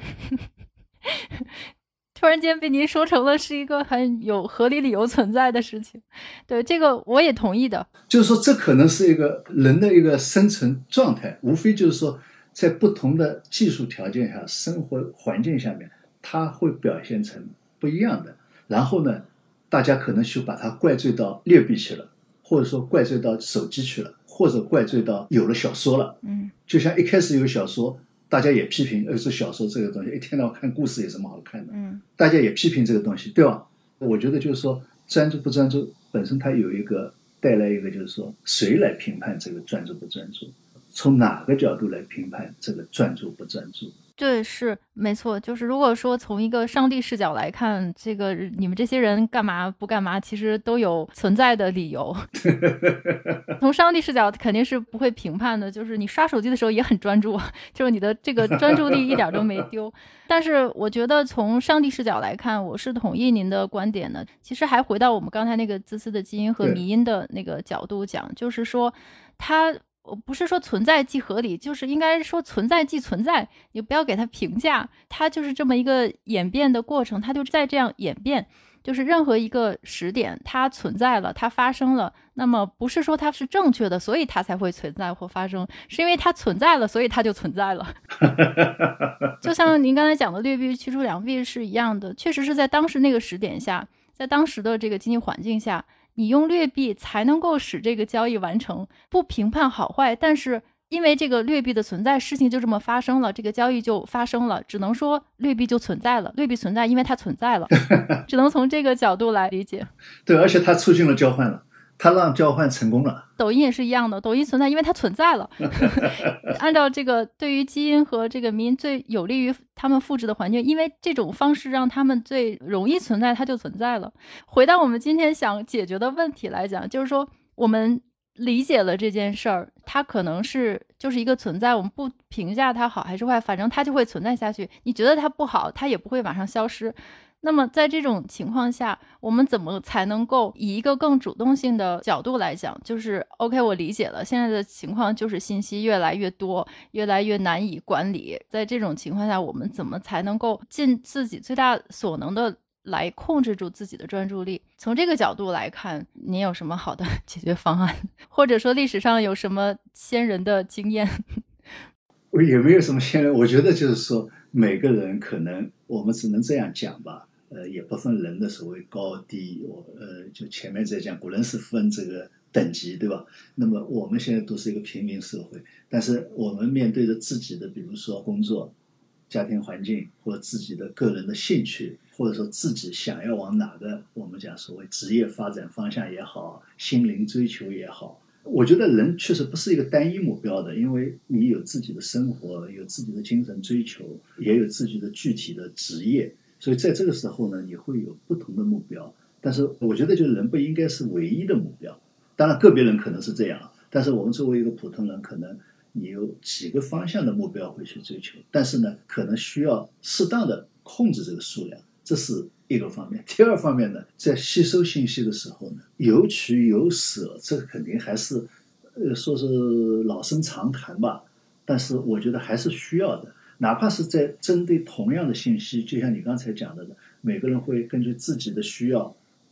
突然间被您说成了是一个很有合理理由存在的事情，对，这个我也同意的。
就是说这可能是一个人的一个生存状态，无非就是说在不同的技术条件下生活环境下面它会表现成不一样的。然后呢大家可能就把它怪罪到劣币去了，或者说怪罪到手机去了，或者怪罪到有了小说了。
嗯，
就像一开始有小说，大家也批评，呃，这小说这个东西一天到晚看故事有什么好看的？
嗯，
大家也批评这个东西，对吧？我觉得就是说专注不专注本身它有一个带来一个就是说谁来评判这个专注不专注，从哪个角度来评判这个专注不专注。
对，是没错。就是如果说从一个上帝视角来看，这个你们这些人干嘛不干嘛，其实都有存在的理由。从上帝视角肯定是不会评判的，就是你刷手机的时候也很专注，就是你的这个专注力一点都没丢。但是我觉得从上帝视角来看，我是同意您的观点的。其实还回到我们刚才那个自私的基因和迷因的那个角度讲，就是说它不是说存在即合理，就是应该说存在即存在，你不要给它评价，它就是这么一个演变的过程，它就在这样演变。就是任何一个时点它存在了，它发生了，那么不是说它是正确的所以它才会存在或发生，是因为它存在了所以它就存在了。就像您刚才讲的劣币驱逐良币是一样的，确实是在当时那个时点下，在当时的这个经济环境下，你用劣币才能够使这个交易完成。不评判好坏，但是因为这个劣币的存在，事情就这么发生了，这个交易就发生了，只能说劣币就存在了，劣币存在因为它存在了。只能从这个角度来理解。
对，而且它促进了交换了，它让交换成功了。
抖音也是一样的，抖音存在因为它存在了。按照这个对于基因和这个民最有利于他们复制的环境，因为这种方式让他们最容易存在，它就存在了。回到我们今天想解决的问题来讲，就是说我们理解了这件事儿，它可能是就是一个存在，我们不评价它好还是坏，反正它就会存在下去。你觉得它不好，它也不会马上消失。那么在这种情况下，我们怎么才能够以一个更主动性的角度来讲，就是 OK 我理解了，现在的情况就是信息越来越多，越来越难以管理，在这种情况下我们怎么才能够尽自己最大所能的来控制住自己的专注力。从这个角度来看，您有什么好的解决方案，或者说历史上有什么先人的经验？
也没有什么先人，我觉得就是说每个人可能我们只能这样讲吧，呃，也不分人的所谓高低，我呃，就前面在讲古人是分这个等级，对吧？那么我们现在都是一个平民社会，但是我们面对着自己的，比如说工作、家庭环境，或者自己的个人的兴趣，或者说自己想要往哪个我们讲所谓职业发展方向也好，心灵追求也好。我觉得人确实不是一个单一目标的，因为你有自己的生活，有自己的精神追求，也有自己的具体的职业，所以在这个时候呢，你会有不同的目标。但是我觉得就是人不应该是唯一的目标，当然个别人可能是这样，但是我们作为一个普通人，可能你有几个方向的目标会去追求，但是呢可能需要适当的控制这个数量，这是一个方面。第二方面呢，在吸收信息的时候呢，有取有舍，这肯定还是呃说是老生常谈吧，但是我觉得还是需要的。哪怕是在针对同样的信息，就像你刚才讲的，每个人会根据自己的需要，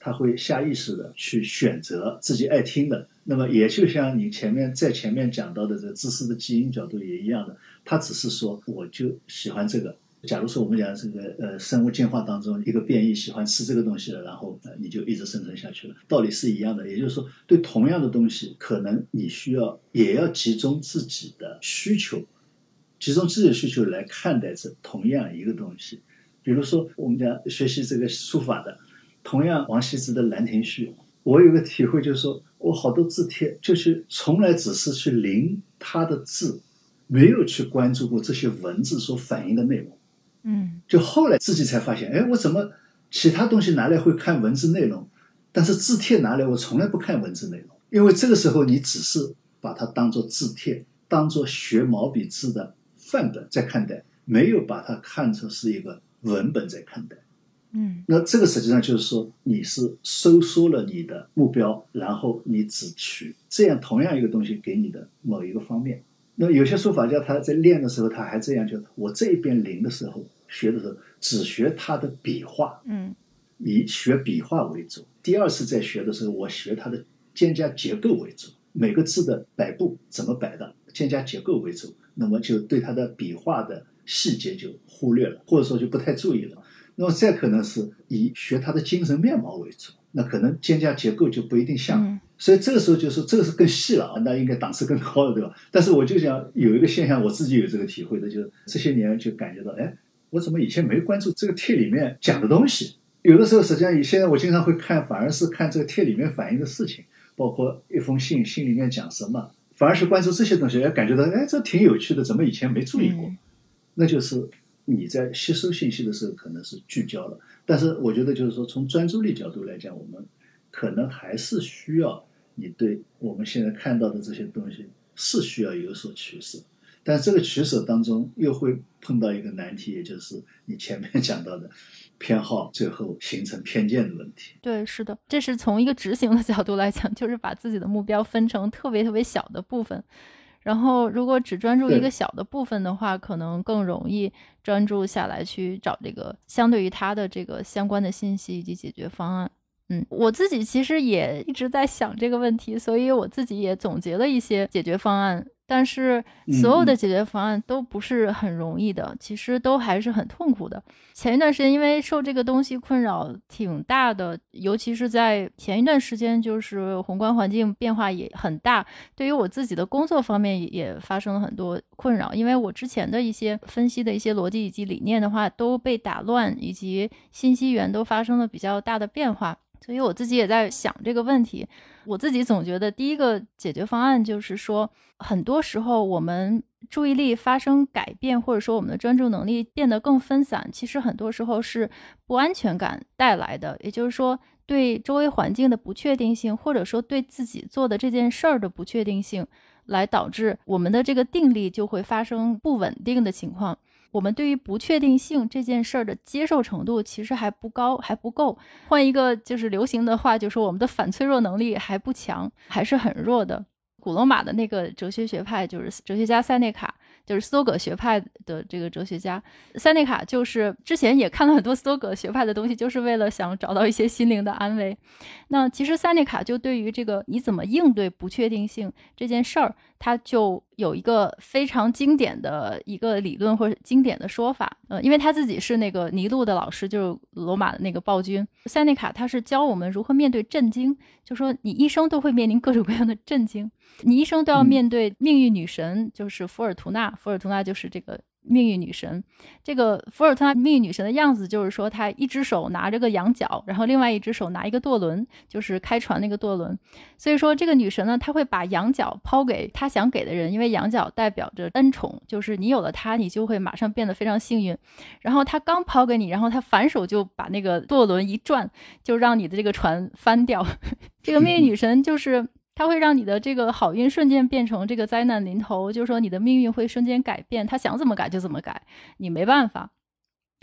他会下意识的去选择自己爱听的。那么也就像你前面在前面讲到的这个自私的基因角度也一样的，他只是说我就喜欢这个。假如说我们讲这个呃生物进化当中一个变异喜欢吃这个东西了，然后、呃、你就一直生存下去了，道理是一样的。也就是说，对同样的东西，可能你需要也要集中自己的需求，集中自己的需求来看待这同样一个东西。比如说我们讲学习这个书法的，同样王羲之的兰亭序，我有个体会就是说，我好多字帖就是从来只是去临他的字，没有去关注过这些文字所反映的内容。
嗯，
就后来自己才发现，哎，我怎么其他东西拿来会看文字内容，但是字帖拿来我从来不看文字内容。因为这个时候你只是把它当作字帖，当作学毛笔字的范本在看待，没有把它看成是一个文本在看待。
嗯，
那这个实际上就是说你是收缩了你的目标，然后你只取这样同样一个东西给你的某一个方面。那有些书法家他在练的时候他还这样，就我这一边临的时候学的时候只学他的笔画，
嗯，
以学笔画为主。第二次在学的时候我学他的间加结构为主，每个字的摆布怎么摆的间加结构为主，那么就对他的笔画的细节就忽略了，或者说就不太注意了。那么再可能是以学他的精神面貌为主，那可能间加结构就不一定像、嗯、所以这个时候就是这个是更细了，那应该档次更高了，对吧？但是我就想有一个现象，我自己有这个体会的，就是这些年就感觉到，哎，我怎么以前没关注这个帖里面讲的东西？有的时候实际上现在我经常会看，反而是看这个帖里面反映的事情，包括一封信，信里面讲什么，反而是关注这些东西，哎，感觉到哎这挺有趣的，怎么以前没注意过？嗯、那就是你在吸收信息的时候可能是聚焦了，但是我觉得就是说从专注力角度来讲，我们可能还是需要你对我们现在看到的这些东西是需要有所取舍，但这个取舍当中又会碰到一个难题，也就是你前面讲到的偏好最后形成偏见的问题。
对，是的，这是从一个执行的角度来讲，就是把自己的目标分成特别特别小的部分，然后如果只专注一个小的部分的话，可能更容易专注下来去找这个相对于它的这个相关的信息以及解决方案。嗯，我自己其实也一直在想这个问题，所以我自己也总结了一些解决方案，但是所有的解决方案都不是很容易的，其实都还是很痛苦的。前一段时间因为受这个东西困扰挺大的，尤其是在前一段时间就是宏观环境变化也很大，对于我自己的工作方面也发生了很多困扰，因为我之前的一些分析的一些逻辑以及理念的话都被打乱，以及信息源都发生了比较大的变化，所以我自己也在想这个问题。我自己总觉得第一个解决方案就是说，很多时候我们注意力发生改变，或者说我们的专注能力变得更分散，其实很多时候是不安全感带来的，也就是说对周围环境的不确定性，或者说对自己做的这件事儿的不确定性，来导致我们的这个定力就会发生不稳定的情况。我们对于不确定性这件事儿的接受程度其实还不高，还不够。换一个就是流行的话，就是我们的反脆弱能力还不强，还是很弱的。古罗马的那个哲学学派就是哲学家塞内卡，就是斯多葛学派的这个哲学家。塞内卡就是之前也看了很多斯多葛学派的东西，就是为了想找到一些心灵的安慰。那其实塞内卡就对于这个你怎么应对不确定性这件事儿，他就有一个非常经典的一个理论或者经典的说法。呃，因为他自己是那个尼禄的老师，就是罗马的那个暴君。塞内卡他是教我们如何面对震惊，就说你一生都会面临各种各样的震惊，你一生都要面对命运女神，就是福尔图纳，福尔图纳就是这个命运女神。这个福尔图纳命运女神的样子就是说她一只手拿着个羊角，然后另外一只手拿一个舵轮，就是开船那个舵轮。所以说这个女神呢，她会把羊角抛给她想给的人，因为羊角代表着恩宠，就是你有了它你就会马上变得非常幸运。然后她刚抛给你，然后她反手就把那个舵轮一转，就让你的这个船翻掉。这个命运女神就是它会让你的这个好运瞬间变成这个灾难临头，就是说你的命运会瞬间改变，他想怎么改就怎么改，你没办法。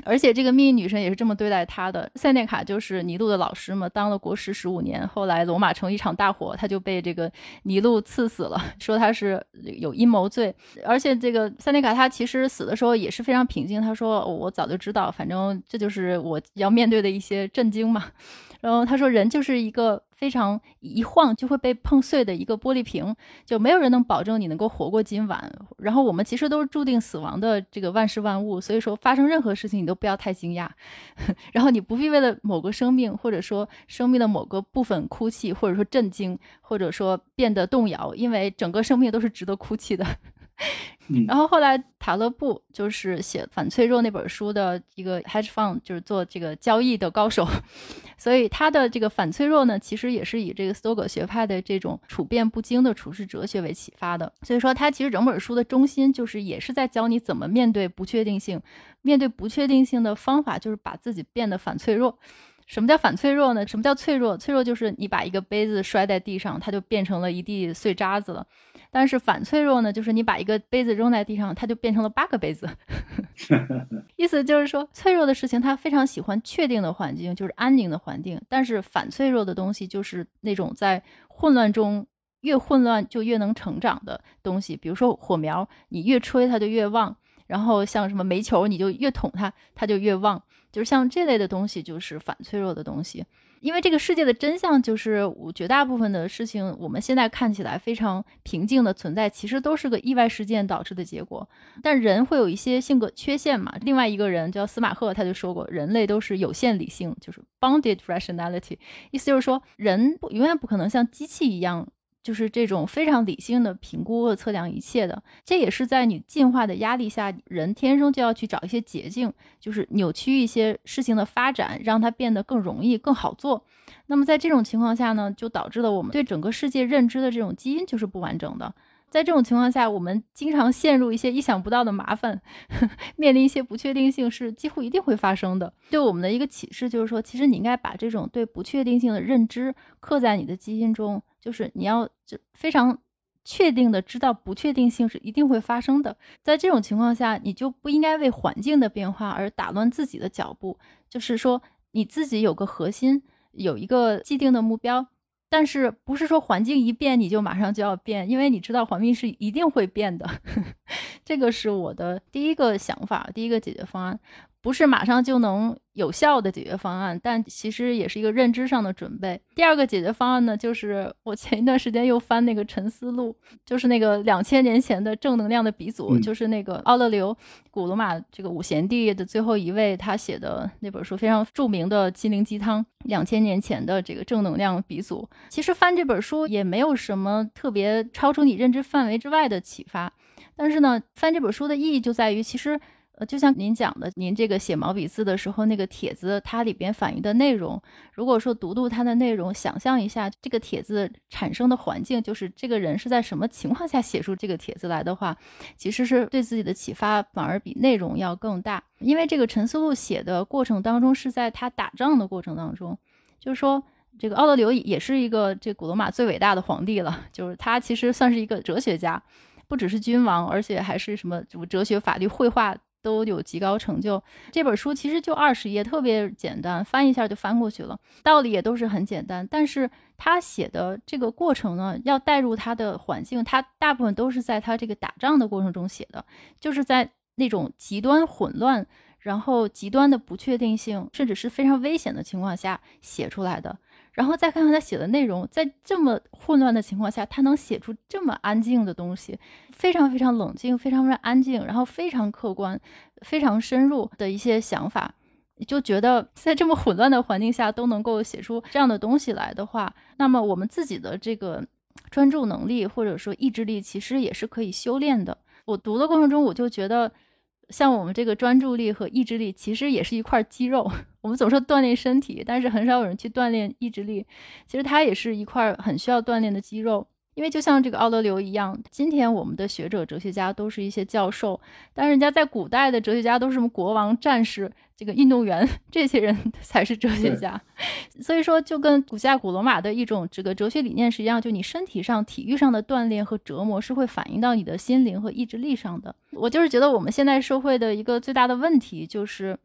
而且这个命运女神也是这么对待他的。塞涅卡就是尼禄的老师嘛，当了国师十五年，后来罗马城一场大火，他就被这个尼禄赐死了，说他是有阴谋罪。而且这个塞涅卡他其实死的时候也是非常平静，他说、哦、我早就知道，反正这就是我要面对的一些震惊嘛。然后他说人就是一个非常一晃就会被碰碎的一个玻璃瓶，就没有人能保证你能够活过今晚，然后我们其实都是注定死亡的这个万事万物，所以说发生任何事情你都不要太惊讶然后你不必为了某个生命或者说生命的某个部分哭泣，或者说震惊，或者说变得动摇，因为整个生命都是值得哭泣的然后后来塔勒布就是写反脆弱那本书的一个 hedge fund， 就是做这个交易的高手，所以他的这个反脆弱呢，其实也是以这个斯多葛学派的这种处变不惊的处世哲学为启发的。所以说他其实整本书的中心就是也是在教你怎么面对不确定性，面对不确定性的方法就是把自己变得反脆弱。什么叫反脆弱呢？什么叫脆弱？脆弱就是你把一个杯子摔在地上，它就变成了一地碎渣子了。但是反脆弱呢，就是你把一个杯子扔在地上，它就变成了八个杯子意思就是说，脆弱的事情它非常喜欢确定的环境，就是安宁的环境，但是反脆弱的东西就是那种在混乱中越混乱就越能成长的东西。比如说火苗，你越吹它就越旺，然后像什么煤球，你就越捅它它就越旺，就是像这类的东西就是反脆弱的东西。因为这个世界的真相就是绝大部分的事情我们现在看起来非常平静的存在，其实都是个意外事件导致的结果。但人会有一些性格缺陷嘛，另外一个人叫司马赫他就说过，人类都是有限理性，就是 bounded rationality， 意思就是说人永远不可能像机器一样就是这种非常理性的评估和测量一切的。这也是在你进化的压力下，人天生就要去找一些捷径，就是扭曲一些事情的发展，让它变得更容易更好做。那么在这种情况下呢，就导致了我们对整个世界认知的这种基因就是不完整的。在这种情况下，我们经常陷入一些意想不到的麻烦呵呵面临一些不确定性是几乎一定会发生的。对我们的一个启示就是说，其实你应该把这种对不确定性的认知刻在你的基因中，就是你要非常确定的知道不确定性是一定会发生的。在这种情况下，你就不应该为环境的变化而打乱自己的脚步，就是说你自己有个核心，有一个既定的目标，但是不是说环境一变你就马上就要变，因为你知道环境是一定会变的这个是我的第一个想法，第一个解决方案。不是马上就能有效的解决方案，但其实也是一个认知上的准备。第二个解决方案呢，就是我前一段时间又翻那个沉思录，就是那个两千年前的正能量的鼻祖、嗯、就是那个奥勒留，古罗马这个五贤帝的最后一位，他写的那本书非常著名的心灵鸡汤，两千年前的这个正能量鼻祖。其实翻这本书也没有什么特别超出你认知范围之外的启发，但是呢，翻这本书的意义就在于，其实呃，就像您讲的，您这个写毛笔字的时候，那个帖子它里边反映的内容，如果说读读它的内容，想象一下这个帖子产生的环境，就是这个人是在什么情况下写出这个帖子来的话，其实是对自己的启发反而比内容要更大。因为这个沉思录写的过程当中是在他打仗的过程当中，就是说这个奥勒留也是一个这古罗马最伟大的皇帝了，就是他其实算是一个哲学家，不只是君王，而且还是什么哲学、法律、绘画都有极高成就。这本书其实就二十页，特别简单，翻一下就翻过去了，道理也都是很简单，但是他写的这个过程呢，要带入他的环境，他大部分都是在他这个打仗的过程中写的，就是在那种极端混乱，然后极端的不确定性，甚至是非常危险的情况下写出来的。然后再看看他写的内容，在这么混乱的情况下，他能写出这么安静的东西，非常非常冷静，非常非常安静，然后非常客观，非常深入的一些想法，就觉得在这么混乱的环境下都能够写出这样的东西来的话，那么我们自己的这个专注能力或者说意志力其实也是可以修炼的。我读的过程中我就觉得，像我们这个专注力和意志力其实也是一块肌肉，我们总说锻炼身体，但是很少有人去锻炼意志力，其实它也是一块很需要锻炼的肌肉。因为就像这个奥勒留一样，今天我们的学者哲学家都是一些教授，但人家在古代的哲学家都是什么国王、战士、这个运动员，这些人才是哲学家。所以说就跟古希腊古罗马的一种这个哲学理念是一样，就你身体上体育上的锻炼和折磨是会反映到你的心灵和意志力上的。我就是觉得我们现在社会的一个最大的问题就是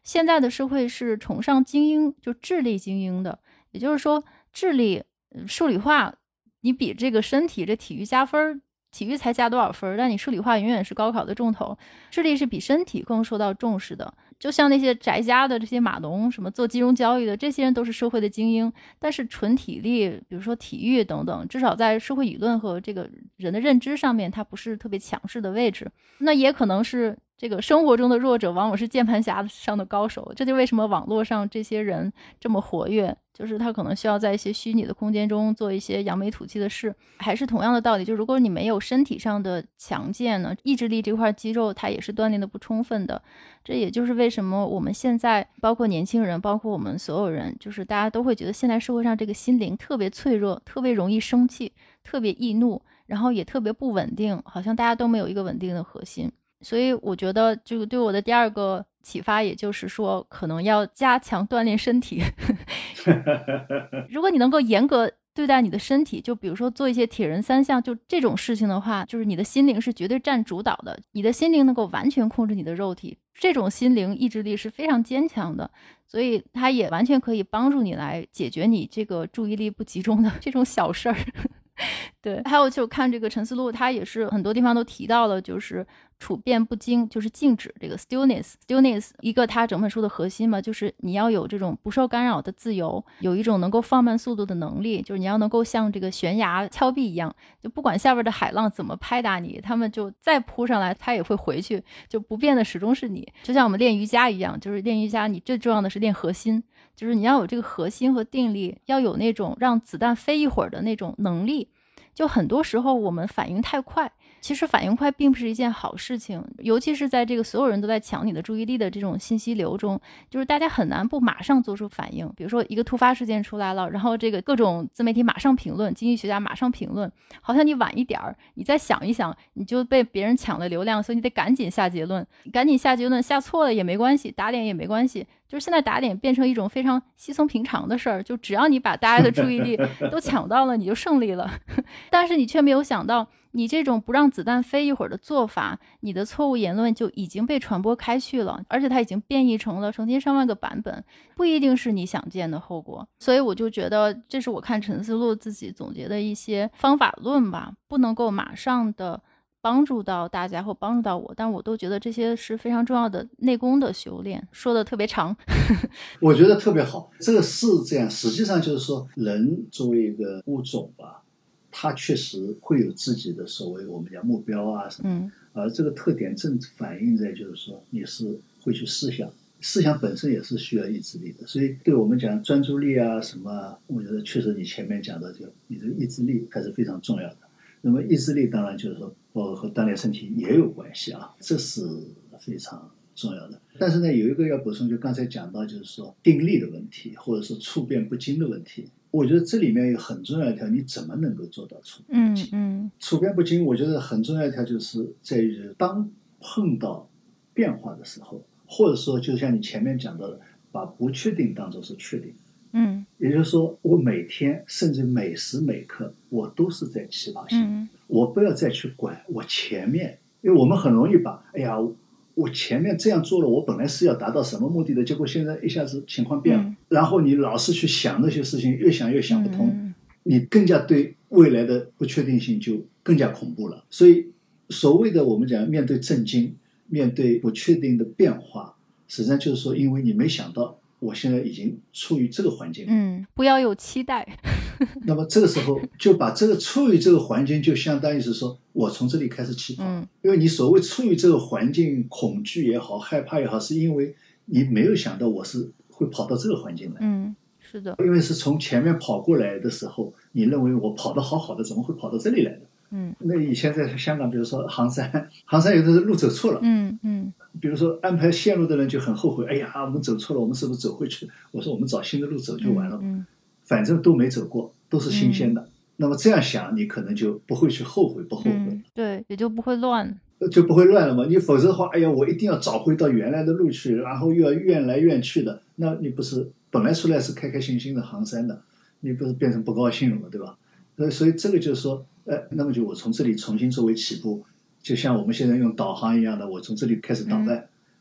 现在的社会是崇尚精英，就智力精英的，也就是说智力数理化你比这个身体这体育加分，体育才加多少分，但你数理化永远是高考的重头，智力是比身体更受到重视的。就像那些宅家的这些码农，什么做金融交易的，这些人都是社会的精英，但是纯体力，比如说体育等等，至少在社会舆论和这个人的认知上面，它不是特别强势的位置。那也可能是这个生活中的弱者往往是键盘侠上的高手，这就为什么网络上这些人这么活跃，就是他可能需要在一些虚拟的空间中做一些扬眉吐气的事。还是同样的道理，就如果你没有身体上的强健呢，意志力这块肌肉它也是锻炼的不充分的。这也就是为什么我们现在包括年轻人，包括我们所有人，就是大家都会觉得现在社会上这个心灵特别脆弱，特别容易生气，特别易怒，然后也特别不稳定，好像大家都没有一个稳定的核心。所以我觉得这个对我的第二个启发，也就是说可能要加强锻炼身体如果你能够严格对待你的身体，就比如说做一些铁人三项，就这种事情的话，就是你的心灵是绝对占主导的，你的心灵能够完全控制你的肉体，这种心灵意志力是非常坚强的，所以它也完全可以帮助你来解决你这个注意力不集中的这种小事儿对，还有就看这个陈思路，他也是很多地方都提到了，就是处变不惊，就是静止这个 stillness stillness 一个他整本书的核心嘛，就是你要有这种不受干扰的自由，有一种能够放慢速度的能力，就是你要能够像这个悬崖峭壁一样，就不管下边的海浪怎么拍打你，他们就再扑上来，他也会回去，就不变的始终是你。就像我们练瑜伽一样，就是练瑜伽你最重要的是练核心，就是你要有这个核心和定力，要有那种让子弹飞一会儿的那种能力。就很多时候我们反应太快，其实反应快并不是一件好事情，尤其是在这个所有人都在抢你的注意力的这种信息流中，就是大家很难不马上做出反应。比如说一个突发事件出来了，然后这个各种自媒体马上评论，经济学家马上评论，好像你晚一点儿，你再想一想，你就被别人抢了流量，所以你得赶紧下结论，赶紧下结论，下错了也没关系，打脸也没关系。就是现在打脸变成一种非常稀松平常的事儿，就只要你把大家的注意力都抢到了，你就胜利了。但是你却没有想到，你这种不让子弹飞一会儿的做法，你的错误言论就已经被传播开去了，而且它已经变异成了成千上万个版本，不一定是你想见的后果。所以我就觉得这是我看陈思路自己总结的一些方法论吧，不能够马上的帮助到大家或帮助到我，但我都觉得这些是非常重要的内功的修炼。说的特别长
我觉得特别好，这个是这样，实际上就是说人作为一个物种吧，他确实会有自己的所谓我们讲目标啊什么，
嗯，
而这个特点正反映在就是说你是会去思想，思想本身也是需要意志力的，所以对我们讲专注力啊什么，我觉得确实你前面讲的这个你这个意志力还是非常重要的。那么意志力当然就是说包括和锻炼身体也有关系啊，这是非常重要的。但是呢有一个要补充，就刚才讲到就是说定力的问题，或者是处变不惊的问题，我觉得这里面有很重要一条，你怎么能够做到处变不惊？
嗯嗯，
处变不惊我觉得很重要一条就是在于当碰到变化的时候，或者说就像你前面讲到的，把不确定当作是确定。
嗯，
也就是说我每天甚至每时每刻我都是在起跑线、
嗯、
我不要再去管我前面，因为我们很容易把哎呀我前面这样做了，我本来是要达到什么目的的，结果现在一下子情况变了、嗯、然后你老是去想那些事情，越想越想不通、嗯、你更加对未来的不确定性就更加恐怖了。所以所谓的我们讲面对震惊，面对不确定的变化，实际上就是说因为你没想到我现在已经处于这个环境，
嗯，不要有期待
那么这个时候就把这个处于这个环境就相当于是说我从这里开始起跑、嗯、因为你所谓处于这个环境恐惧也好害怕也好，是因为你没有想到我是会跑到这个环境来。
嗯，是的，
因为是从前面跑过来的时候你认为我跑得好好的，怎么会跑到这里来的？嗯，那以前在香港比如说杭山杭山有的是路走错了，
嗯嗯，
比如说安排线路的人就很后悔，哎呀我们走错了，我们是不是走回去？我说我们找新的路走就完了、嗯嗯、反正都没走过，都是新鲜的、嗯、那么这样想你可能就不会去后悔不后悔、嗯、
对，也就不会乱，
就不会乱了嘛。你否则的话哎呀我一定要找回到原来的路去，然后又要怨来怨去的，那你不是本来出来是开开心心的航山的，你不是变成不高兴了嘛，对吧？所以这个就是说呃，那么就我从这里重新作为起步，就像我们现在用导航一样的，我从这里开始导弹、嗯、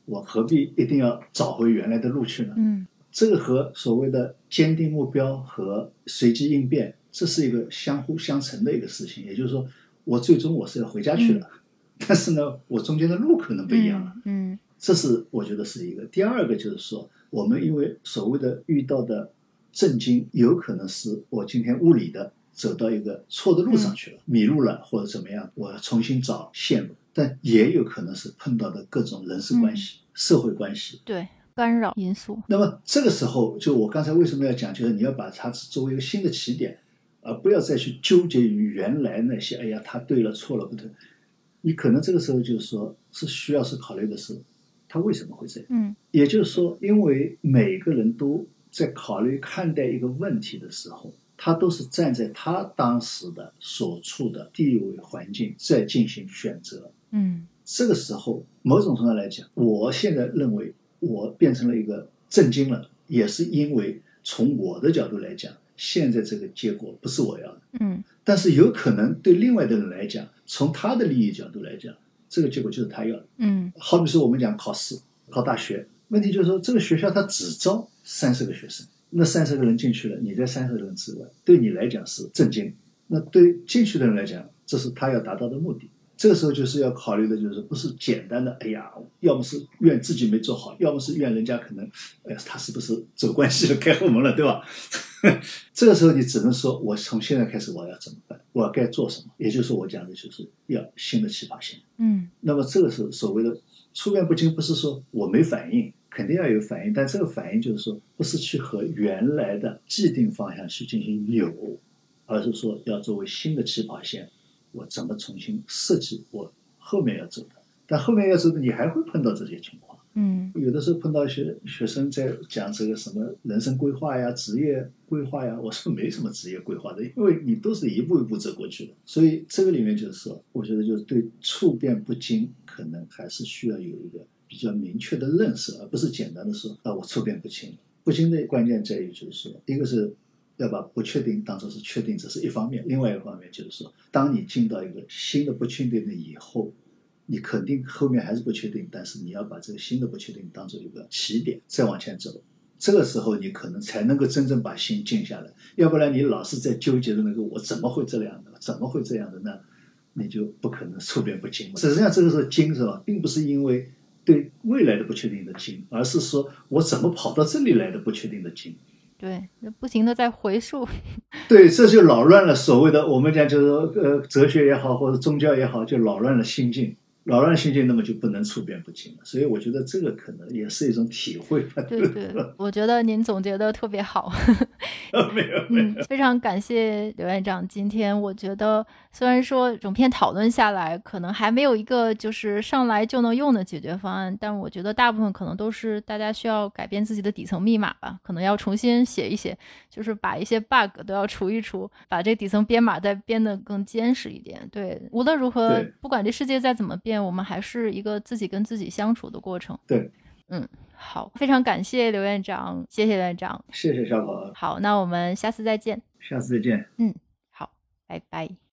我何必一定要找回原来的路去呢？
嗯
这个和所谓的坚定目标和随机应变，这是一个相互相成的一个事情。也就是说，我最终我是要回家去了，嗯、但是呢，我中间的路可能不一样了。
嗯，嗯
这是我觉得是一个。第二个就是说，我们因为所谓的遇到的震惊，有可能是我今天物理的走到一个错的路上去了，嗯、迷路了或者怎么样，我要重新找线路。但也有可能是碰到的各种人事关系、嗯、社会关系。
对。干扰因素。
那么这个时候，就我刚才为什么要讲，就是你要把它作为一个新的起点，而不要再去纠结于原来那些，哎呀，他对了错了不对。你可能这个时候就是说，是需要是考虑的是，他为什么会这样？
嗯，
也就是说，因为每个人都在考虑看待一个问题的时候，他都是站在他当时的所处的地位环境在进行选择。
嗯，
这个时候，某种程度来讲，我现在认为。我变成了一个震惊了，也是因为从我的角度来讲，现在这个结果不是我要的。
嗯，
但是有可能对另外的人来讲，从他的利益角度来讲，这个结果就是他要的。
嗯，
好比说我们讲考试，考大学，问题就是说这个学校他只招三十个学生，那三十个人进去了，你在三十个人之外，对你来讲是震惊，那对进去的人来讲，这是他要达到的目的。这个时候就是要考虑的，就是不是简单的，哎呀，要么是怨自己没做好，要么是怨人家可能，哎呀，他是不是走关系了，开后门了，对吧？这个时候你只能说，我从现在开始我要怎么办，我要该做什么，也就是我讲的，就是要新的起跑线。
嗯，
那么这个时候所谓的处变不惊，不是说我没反应，肯定要有反应，但这个反应就是说，不是去和原来的既定方向去进行扭，而是说要作为新的起跑线。我怎么重新设计我后面要走的？但后面要走的，你还会碰到这些情况。
嗯，
有的时候碰到一些学生在讲这个什么人生规划呀、职业规划呀，我说没什么职业规划的，因为你都是一步一步走过去的。所以这个里面就是说，我觉得就是对处变不惊，可能还是需要有一个比较明确的认识，而不是简单的说啊，我处变不惊。不惊的关键在于就是说，一个是要把不确定当作是确定，这是一方面；另外一方面就是说，当你进到一个新的不确定的以后，你肯定后面还是不确定，但是你要把这个新的不确定当作一个起点，再往前走。这个时候你可能才能够真正把心静下来，要不然你老是在纠结的那个我怎么会这样的，怎么会这样的呢？你就不可能处变不惊。实际上这个时候惊是吧，并不是因为对未来的不确定的惊，而是说我怎么跑到这里来的不确定的惊。
对，不停的在回溯。
对，这就扰乱了所谓的我们讲就是呃哲学也好或者宗教也好，就扰乱了心境。扰乱心境，那么就不能处变不惊了。所以我觉得这个可能也是一种体会吧。
对对，我觉得您总结的特别好。
没有没有、
嗯，非常感谢刘院长。今天我觉得虽然说整篇讨论下来可能还没有一个就是上来就能用的解决方案，但我觉得大部分可能都是大家需要改变自己的底层密码吧，可能要重新写一写，就是把一些 bug 都要除一除，把这底层编码再编得更坚实一点。对，无论如何，不管这世界再怎么变，我们还是一个自己跟自己相处的过程。
对，
嗯，好，非常感谢刘院长，谢谢刘院长，
谢谢小宝。
好，那我们下次再见。
下次再见。
嗯，好，拜拜。